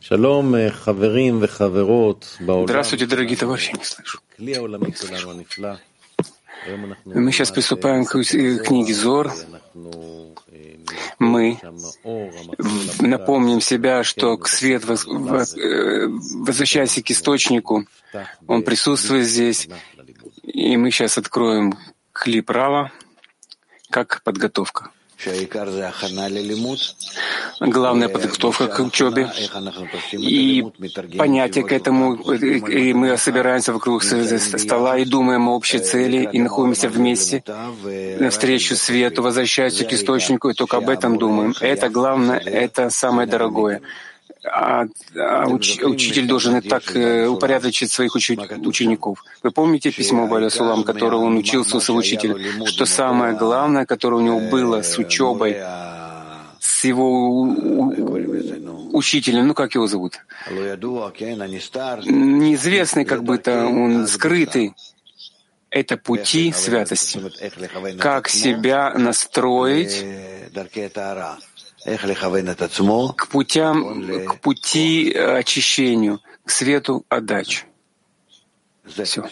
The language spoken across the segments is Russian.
Здравствуйте, дорогие товарищи, не слышу. Мы сейчас приступаем к книге Зор. Мы напомним себя, что свет возвращается к источнику. Он присутствует здесь. И мы сейчас откроем клип Рава как подготовка. Главная подготовка к учебе и понятие к этому. И мы собираемся вокруг стола и думаем о общей цели, и находимся вместе навстречу свету, возвращаемся к источнику, и только об этом думаем. Это главное, это самое дорогое. Учитель должен и так упорядочить своих учеников. Вы помните письмо Баля Сулам, которое он учился у своего учителя, что самое главное, которое у него было с учебой, с его учителем, как его зовут? Неизвестный, как бы то он скрытый. Это пути святости. Как себя настроить к пути очищению, к свету отдачи. Все.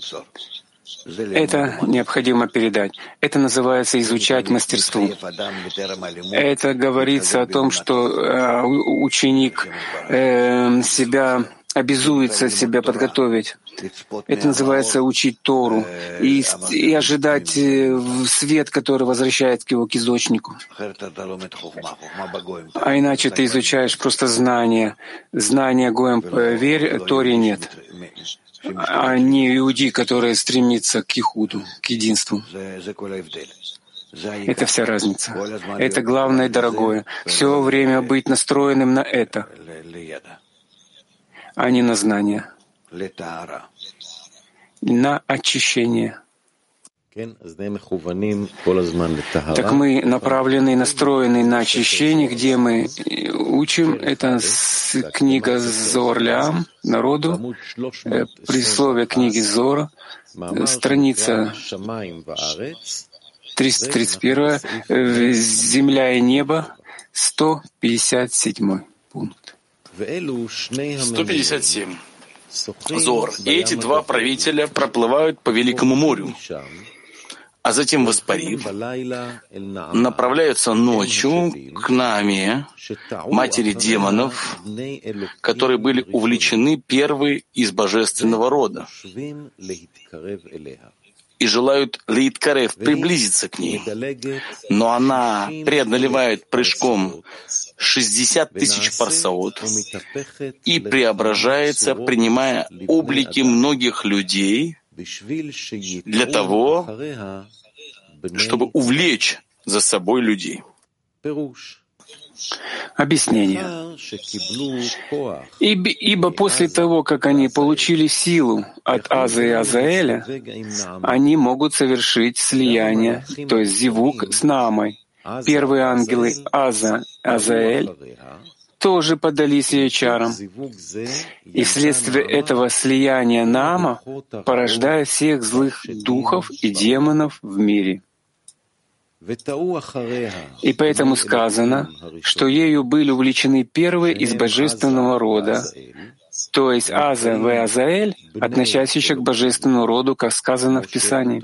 Это необходимо передать. Это называется изучать мастерство. Это говорится о том, что ученик себя обязуется себя подготовить. Это называется учить Тору и ожидать свет, который возвращает его к источнику. А иначе ты изучаешь просто знания. Знания Гоем верь, Торе нет. А не иуди, которые стремятся к Ихуду, к единству. Это вся разница. Это главное и дорогое. Все время быть настроенным на это, а не на знания, на очищение. Так мы направлены и настроены на очищение, где мы учим. Это книга Зор Леам, народу, предисловие книги Зора, страница 331, «Земля и небо», 157 пункт. 157. Зор. И эти два правителя проплывают по Великому морю, а затем, воспарив, направляются ночью к Нааме, матери демонов, которые были увлечены первой из божественного рода, и желают лейткарев приблизиться к ней. Но она преодолевает прыжком 60 тысяч парсаот и преображается, принимая облики многих людей для того, чтобы увлечь за собой людей. Объяснение. Ибо после того, как они получили силу от Аза и Азаэля, они могут совершить слияние, то есть зивук с Наамой. Первые ангелы Аза, Азаэль тоже поддались ее чарам. И вследствие этого слияния Наама порождает всех злых духов и демонов в мире. И поэтому сказано, что ею были увлечены первые из божественного рода, то есть Аза в Азаэль, относящиеся к божественному роду, как сказано в Писании.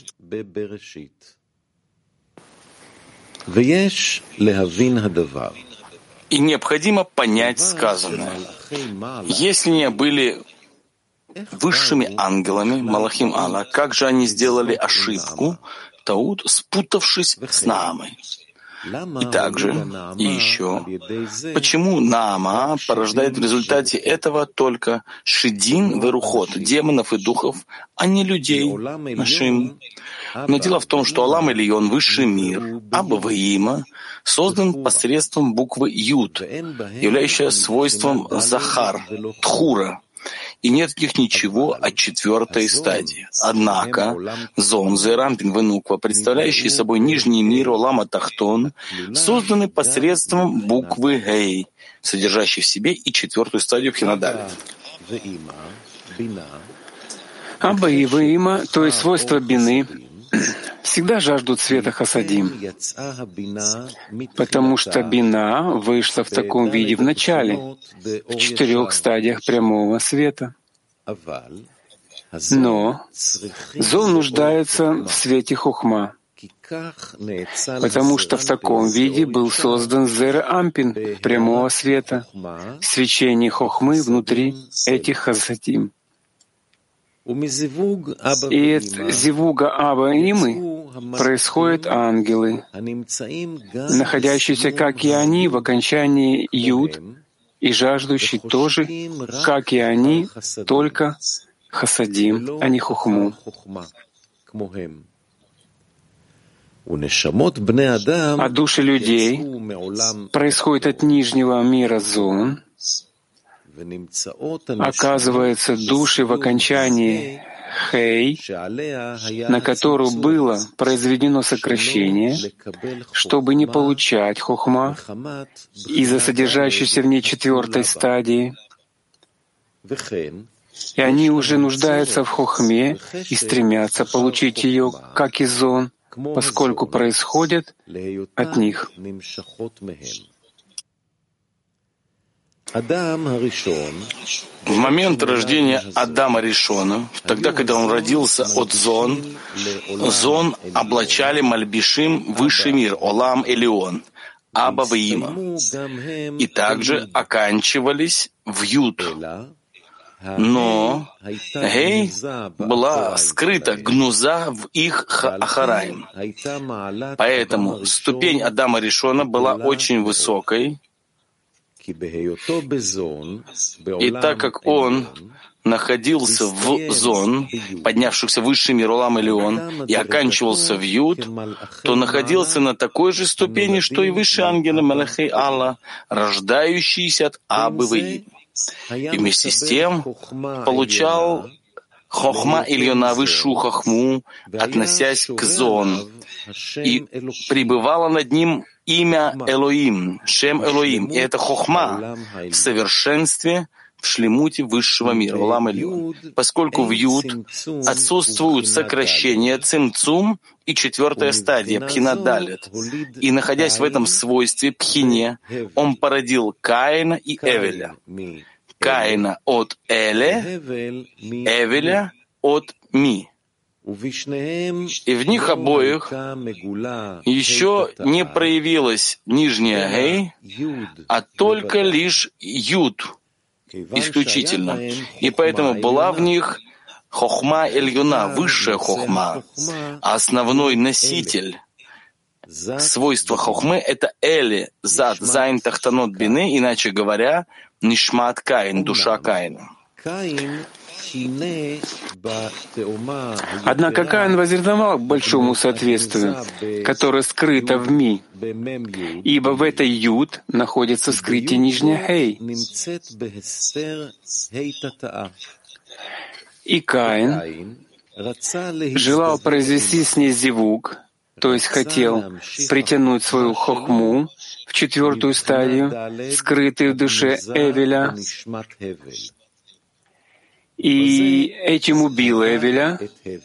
И необходимо понять сказанное. Если они были высшими ангелами, Малахим Алла, как же они сделали ошибку, Таут, спутавшись с Наамой? И также, и еще, почему Наама порождает в результате этого только Шидин Верухот, демонов и духов, а не людей, Нашим? Но дело в том, что Алам Элион, высший мир, Аба Ваима, создан посредством буквы Юд, являющая свойством Захар, Тхура, и нет в них ничего от четвертой стадии. Однако Зонза и Рампин Венуква, представляющие собой нижний мир Олама Тахтон, созданы посредством буквы Гей, содержащей в себе и четвертую стадию Пхинадаль. Аба и Ваима, то есть свойство бины, всегда жаждут света хасадим, потому что бина вышла в таком виде в начале, в 4 стадиях прямого света. Но зон нуждается в свете хохма, потому что в таком виде был создан Зер Ампин прямого света, свечение хохмы внутри этих хасадим. И от зивуга Аба и Имы происходят ангелы, находящиеся, как и они, в окончании Юд, и жаждущие тоже, как и они, только хасадим, а не хохму. А души людей происходят от нижнего мира зон. Оказывается, души в окончании Хей, на которую было произведено сокращение, чтобы не получать хохма из-за содержащейся в ней 4 стадии, и они уже нуждаются в хохме и стремятся получить ее, как и зон, поскольку происходят от них. В момент рождения Адама Ришона, тогда, когда он родился от зон облачали Мальбишим высший мир, Олам Элион, Аба и Има, и также оканчивались в Юд. Но Гей была скрыта гнуза в их Ахараим. Поэтому ступень Адама Ришона была очень высокой, и так как он находился в зон, поднявшихся высший мир Олам Элион, и оканчивался в Юд, то находился на такой же ступени, что и высшие ангелы Малахей Алла, рождающиеся от Абы и И вместе с тем получал хохма Ильона, высшую хохму, относясь к зон, и пребывало над ним имя Элоим, Шем Элоим, и это хохма в совершенстве, в шлемуте высшего мира, Олам Элион, поскольку в Юд отсутствуют сокращения Цимцум и 4 стадия, Пхина Далет, и, находясь в этом свойстве, Пхине, он породил Каина и Эвеля. Каина от Эле, Эвеля от Ми. И в них обоих еще не проявилась нижняя Гей, а только лишь Юд, исключительно. И поэтому была в них хохма Эльюна, высшая хохма, а основной носитель свойства хохмы — это Эли, Зад, Зайн, Тахтанот, Бины, иначе говоря, Нишмат Каин, душа Каина. Однако Каин возревновал к большому соответствию, которое скрыто в Ми, ибо в этой Юд находится скрытие нижней Хей. И Каин желал произвести с ней зивук, то есть хотел притянуть свою хохму в 4 стадию, скрытую в душе Эвеля, и этим убил Эвеля,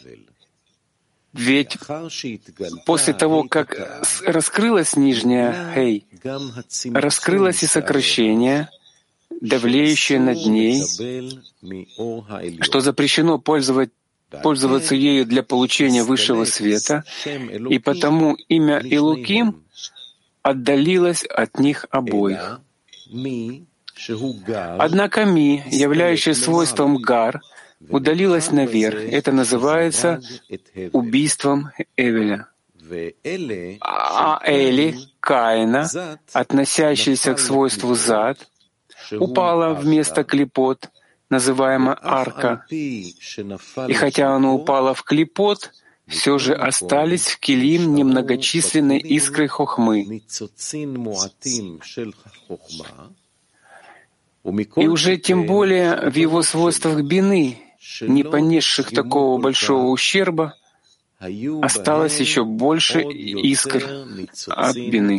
ведь после того, как раскрылась нижняя Хей, раскрылось и сокращение, давлеющее над ней, что запрещено пользоваться ею для получения высшего света, и потому имя Илуким отдалилось от них обоих. Однако Ми, являющая свойством Гар, удалилась наверх. Это называется убийством Эвеля. А Эли, Каина, относящаяся к свойству Зад, упала вместо клипот, называемая арка. И хотя она упала в клипот, все же остались в килим немногочисленные искры хохмы. И уже тем более в его свойствах бины, не понесших такого большого ущерба, осталось еще больше искр от бины.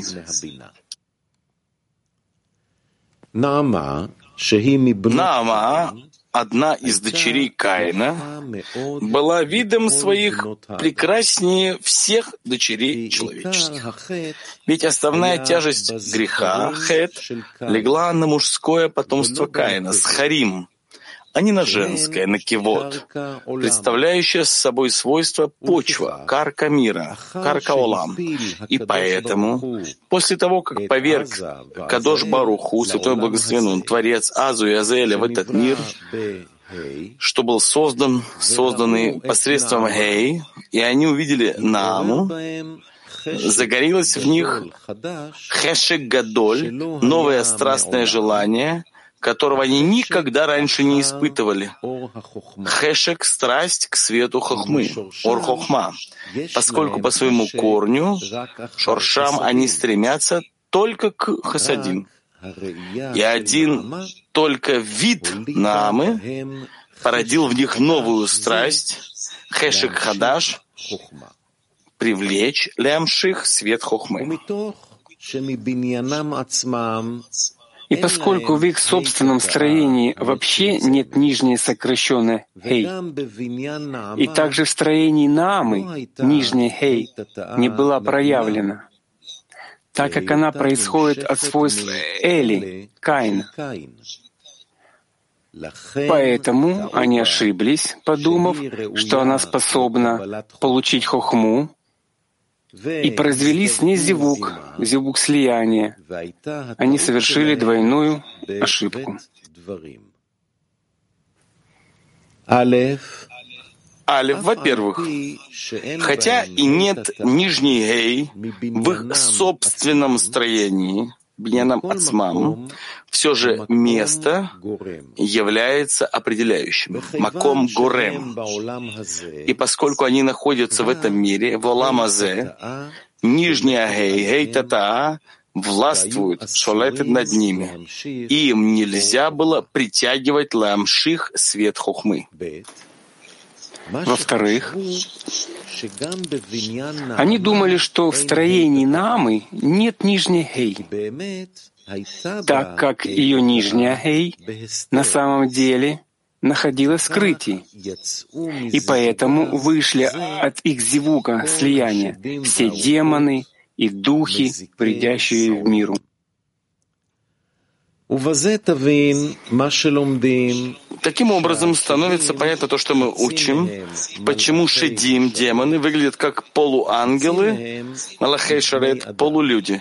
Наама, одна из дочерей Каина была видом своих прекраснее всех дочерей человеческих. Ведь основная тяжесть греха, хет, легла на мужское потомство Каина, схарим, а не на женское, на кивот, представляющее собой свойство почва, карка мира, карка олам. И поэтому, после того, как поверг Кадош Баруху, Святой Благословен Он, Творец Азу и Азеля в этот мир, что был созданы посредством Гей, и они увидели Нааму, загорелось в них Хешек Гадоль, новое страстное желание, которого они никогда раньше не испытывали. Хешек — страсть к свету хохмы, ор хохма, поскольку по своему корню, шоршам, они стремятся только к хасадим. И один только вид Наамы породил в них новую страсть, Хешек Хадаш, привлечь лямших свет хохмы. И поскольку в их собственном строении вообще нет нижней сокращенной «хей», и также в строении Наамы нижняя «хей» не была проявлена, так как она происходит от свойств Эли, Каина. Поэтому они ошиблись, подумав, что она способна получить хохму, и произвели с ней зивук слияния. Они совершили двойную ошибку. Алеф, во-первых, хотя и нет нижней гей в их собственном строении, бинянам ацмам, все же место является определяющим, маком горем. И поскольку они находятся в этом мире, в олам азе, нижняя гей татаа, властвует, шолетет над ними, и им нельзя было притягивать ламших свет хохмы. Во-вторых, они думали, что в строении Наамы нет нижней гей, так как ее нижняя гей на самом деле находилась в скрытии, и поэтому вышли от их зивука слияния все демоны и духи, вредящие в миру. Таким образом, становится понятно то, что мы учим, почему шедим, демоны, выглядят как полуангелы, малахей шарет, полулюди,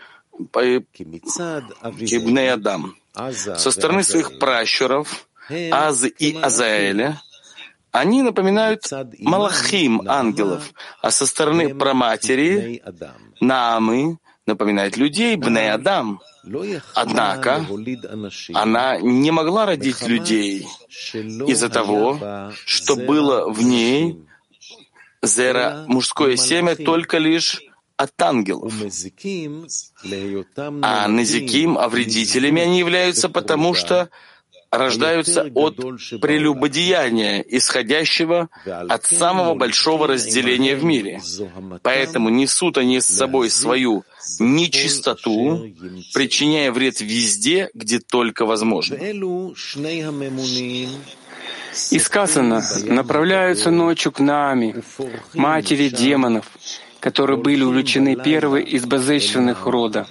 Ибней Адам. Со стороны своих пращуров, Азы и Азаэля, они напоминают малахим, ангелов, а со стороны праматери, Наамы, напоминает людей, Бней Адам. Однако она не могла родить людей из-за того, что было в ней зера, мужское семя, только лишь от ангелов. А назиким, вредителями они являются, потому что рождаются от прелюбодеяния, исходящего от самого большого разделения в мире. Поэтому несут они с собой свою нечистоту, причиняя вред везде, где только возможно. И сказано, направляются ночью к Нааме, матери демонов, которые были увлечены первой из божественных рода.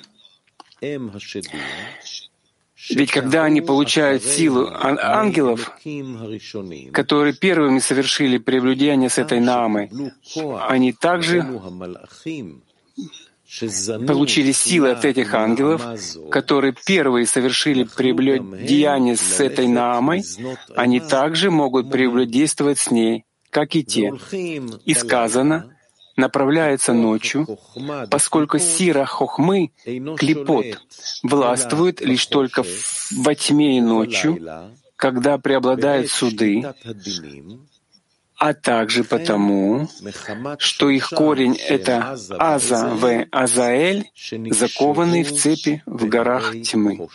Ведь когда они получают силу ангелов, которые первыми совершили прелюбодеяние с этой Наамой, они также получили силы от этих ангелов, которые первые совершили прелюбодеяние с этой Наамой, они также могут прелюбодействовать с ней, как и те. И сказано, направляется ночью, поскольку сира хохмы, клипот, властвует лишь только во тьме и ночью, когда преобладают суды, а также потому, что их корень — это Аза в Азаэль, закованный в цепи в горах тьмы.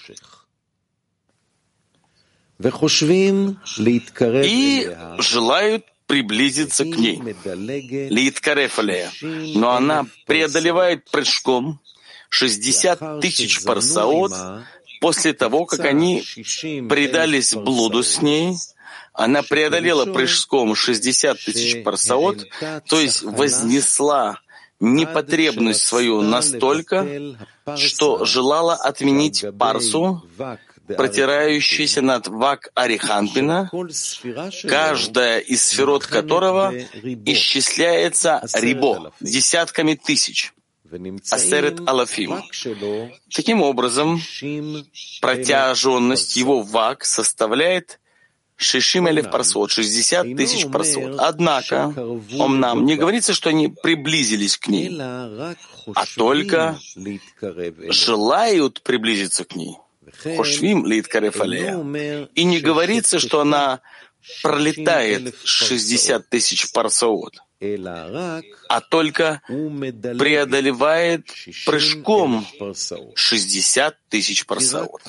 И желают приблизиться к ней, лииткарефалея, но она преодолевает прыжком 60 тысяч парсаот после того, как они предались блуду с ней, она преодолела прыжком 60 тысяч парсаот, то есть вознесла непотребность свою настолько, что желала отменить парсу, протирающийся над Вак Ариханпина, каждая из сферот которого исчисляется рибо, десятками тысяч, асерет алафим. Таким образом, протяженность его Вак составляет 60 парсот, 60 тысяч парсот. Однако, нам не говорится, что они приблизились к ней, а только желают приблизиться к ней. Хошвим литкареф алея. И не говорится, что она пролетает 60 тысяч парсаот, а только преодолевает прыжком 60 тысяч парсаот.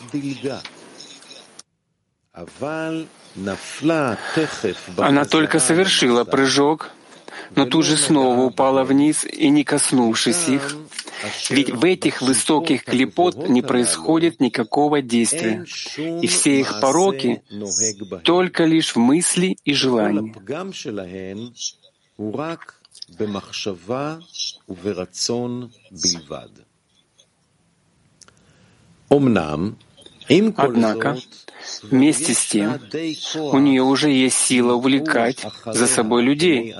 Она только совершила прыжок, но тут же снова упала вниз и, не коснувшись их, ведь в этих высоких клипот не происходит никакого действия, и все их пороки только лишь в мысли и желании. Однако, вместе с тем, у нее уже есть сила увлекать за собой людей.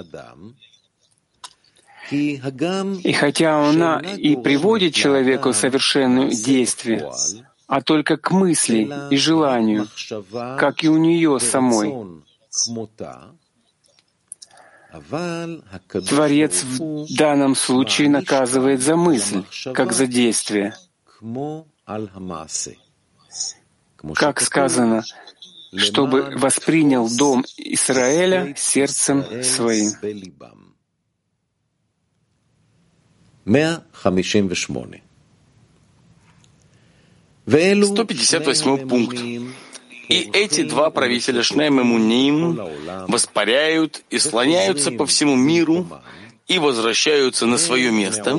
И хотя она и приводит человека в совершенное действие, а только к мысли и желанию, как и у нее самой, Творец в данном случае наказывает за мысль, как за действие. Как сказано, чтобы воспринял дом Израиля сердцем своим. 158 пункт. И эти два правителя Шнеем и Муним воспаряют и слоняются по всему миру и возвращаются на свое место,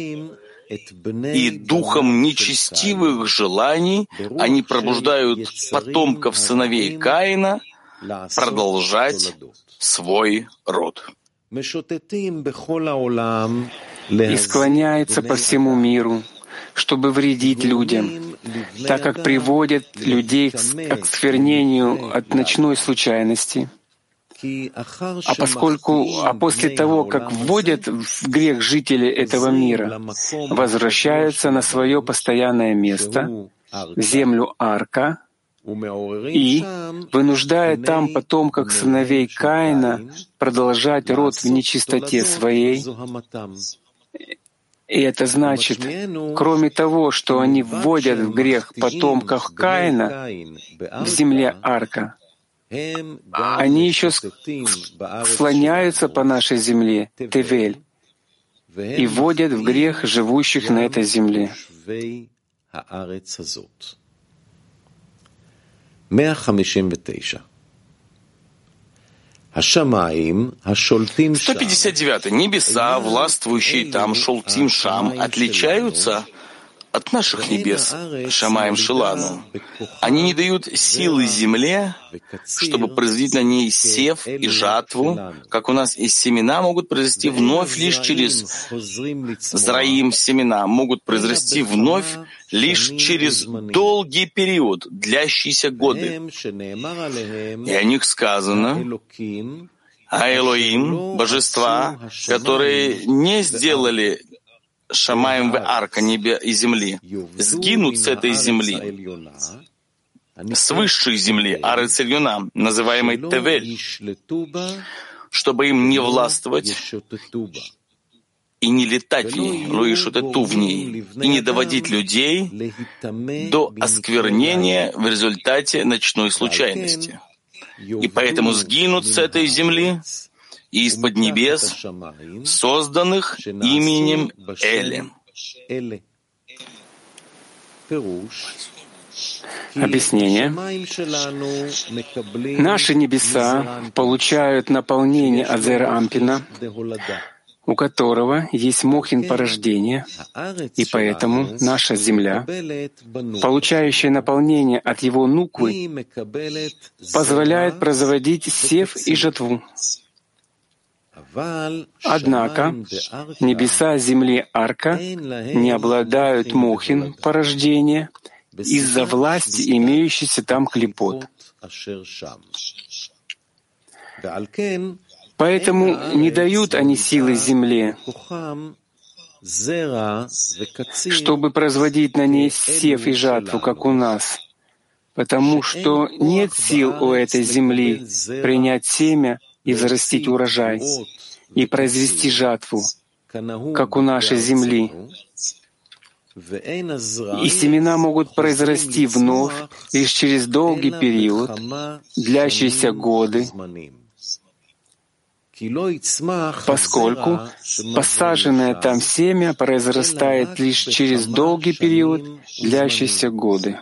и духом нечестивых желаний они пробуждают потомков сыновей Каина продолжать свой род. И склоняется по всему миру, чтобы вредить людям, так как приводят людей к осквернению от ночной случайности. А после того, как вводят в грех жители этого мира, возвращаются на свое постоянное место, в землю Арка, и, вынуждая там потомков сыновей Каина продолжать род в нечистоте своей, и это значит, кроме того, что они вводят в грех потомков Каина в земле Арка, они еще слоняются по нашей земле, Тевель, и вводят в грех живущих на этой земле. 159. Небеса, властвующие там, Шолтим Шам, отличаются от наших небес, Шамаем Шилану. Они не дают силы земле, чтобы произвести на ней сев и жатву, как у нас из семена могут произрасти вновь лишь через Зраим семена, могут произрасти вновь лишь через долгий период, длящиеся годы. И о них сказано, а Элоим, божества, которые не сделали Шамаем в Арка, небе и земли, сгинут с этой земли, с высшей земли, Арец Эльона, называемой Тевель, чтобы им не властвовать и не летать в ней, Луишутету в ней, и не доводить людей до осквернения в результате ночной случайности. И поэтому сгинут с этой земли и из-под небес, созданных именем Элем. Объяснение. Наши небеса получают наполнение от Зеэр Анпина у которого есть мохин порождения, и поэтому наша земля, получающая наполнение от его нуквы, позволяет производить сев и жатву. Однако небеса земли Арка не обладают мохин порождения из-за власти, имеющейся там клипот. Поэтому не дают они силы земле, чтобы производить на ней сев и жатву, как у нас, потому что нет сил у этой земли принять семя и взрастить урожай, и произвести жатву, как у нашей земли. И семена могут произрасти вновь лишь через долгий период, длящийся годы, поскольку посаженное там семя произрастает лишь через долгий период, длящийся годы.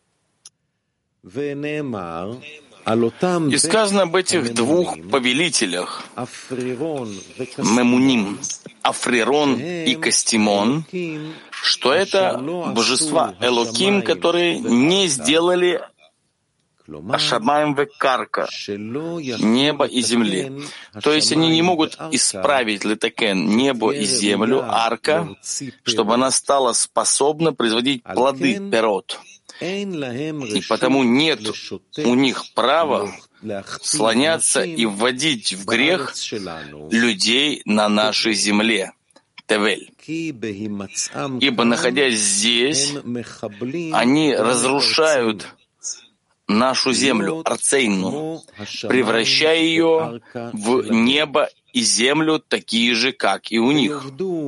И сказано об этих двух повелителях, Мемуним, Африрон и Кастимон, что это божества Элоким, которые не сделали Ашамаем векарка, небо и земли. То есть они не могут исправить летакен, небо и землю, арка, чтобы она стала способна производить плоды, перот. И потому нет у них права слоняться и вводить в грех людей на нашей земле, Тевель. Ибо, находясь здесь, они разрушают нашу землю, Арцейну, превращая ее в небо и землю такие же, как и у них.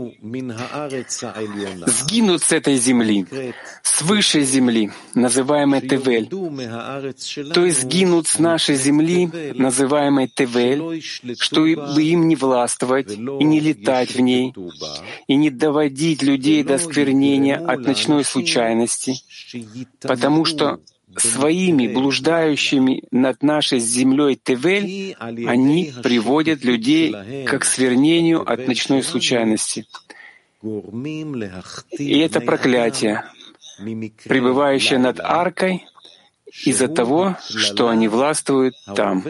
Сгинут с этой земли, с высшей земли, называемой Тевель, то есть сгинут с нашей земли, называемой Тевель, чтобы им не властвовать и не летать в ней, и не доводить людей до сквернения от ночной случайности, потому что своими блуждающими над нашей землей Тевель они приводят людей к сквернению от ночной случайности. И это проклятие, пребывающее над аркой, из-за того, что они властвуют там.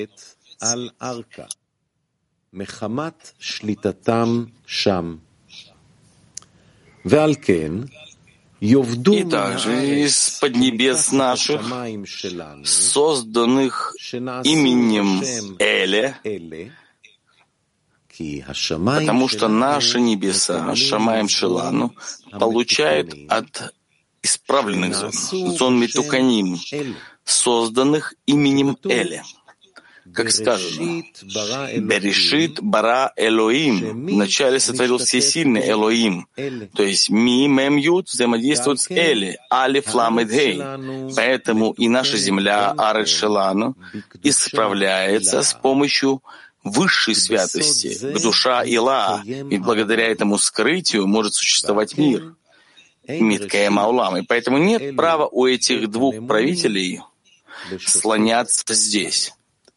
И также из-под небес наших, созданных именем Эле, потому что наши небеса, Шамаем Шелану, получают от исправленных зон Метуканим, созданных именем Эле. Как сказано, «Берешит бара Элоим» — вначале сотворил всесильный Элоим, то есть Ми, Мем, Ют взаимодействуют с Эле, Алиф, Ламед, Гей. Поэтому и наша земля, Арет Шелану, исправляется с помощью высшей святости, душа Ила, ведь благодаря этому скрытию может существовать мир, Миткая Маулам. И поэтому нет права у этих двух правителей слоняться здесь.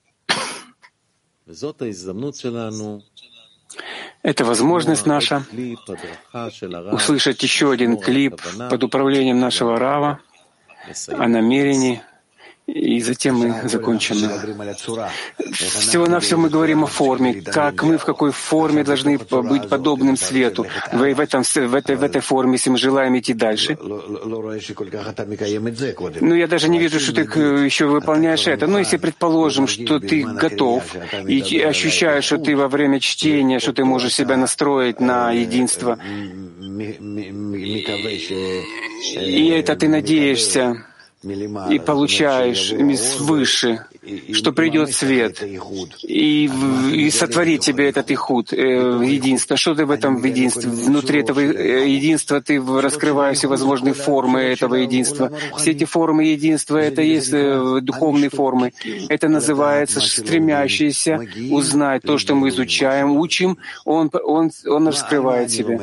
Это возможность наша услышать еще один клип под управлением нашего Рава о намерении, и затем мы закончим. Всего-навсего мы говорим о форме, как мы в какой форме должны быть подобным свету. В этой форме, если мы желаем идти дальше. Но я даже не вижу, что ты еще выполняешь это. Но если предположим, что ты готов и ощущаешь, что ты во время чтения, что ты можешь себя настроить на единство, и это ты надеешься, и получаешь свыше, что придет свет, и сотворит тебе этот ихуд, единство. Что ты в этом единстве? Внутри этого единства ты раскрываешь всевозможные формы этого единства. Все эти формы единства — это есть духовные формы. Это называется стремящиеся узнать то, что мы изучаем, учим, он раскрывает себя.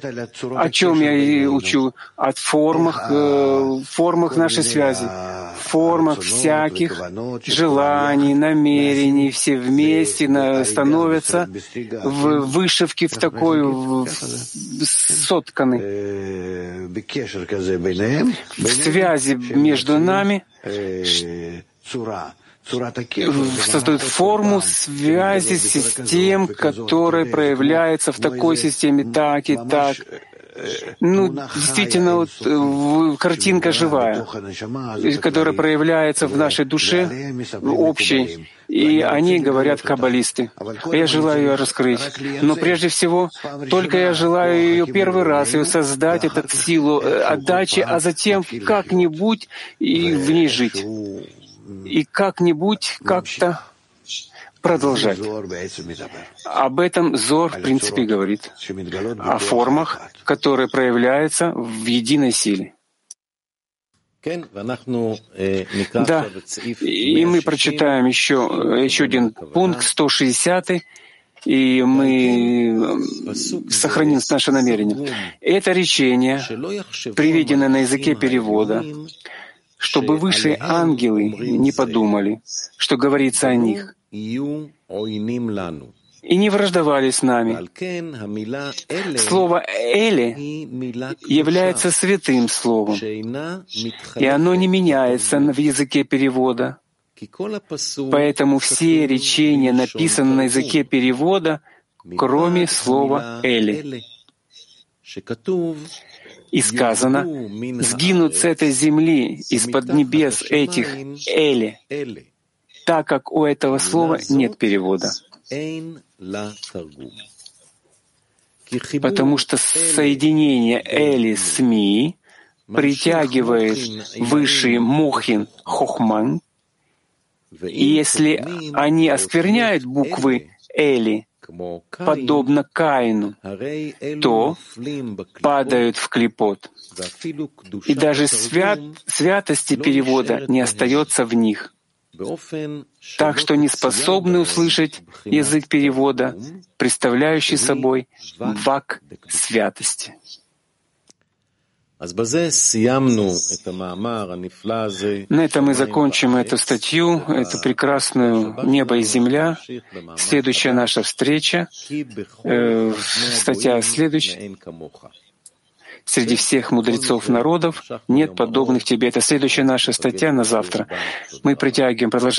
О чем я и учу? О формах нашей связи, формах всяких желаний, намерений, все вместе становятся в вышивке в такой сотканы. В связи между нами создают форму связи с системой, которая проявляется в такой системе так и так. Действительно, картинка живая, которая проявляется в нашей душе, общей, и они говорят каббалисты. Я желаю ее раскрыть. Но прежде всего, только я желаю ее первый раз, ее создать, эту силу отдачи, а затем как-нибудь и в ней жить. И как-нибудь как-то продолжать. Об этом Зор, в принципе, говорит. О формах, которые проявляются в единой силе. Да, и мы прочитаем еще один пункт, 160, и мы сохраним наше намерение. Это речение, приведенное на языке перевода, чтобы высшие ангелы не подумали, что говорится о них, и не враждовали с нами. Слово «эли» является святым словом, и оно не меняется в языке перевода. Поэтому все речения написаны на языке перевода, кроме слова «эли». И сказано: «Сгинут с этой земли, из-под небес этих Эли», так как у этого слова нет перевода. Потому что соединение Эли с Ми притягивает высший Мохин Хохман, и если они оскверняют буквы Эли, подобно Каину, то падают в клипот. И даже святости перевода не остается в них, так что не способны услышать язык перевода, представляющий собой вак святости. На этом мы закончим эту статью, эту прекрасную «Небо и земля». Следующая наша встреча, статья следующая. «Среди всех мудрецов народов нет подобных тебе». Это следующая наша статья на завтра. Мы притягиваем продолжение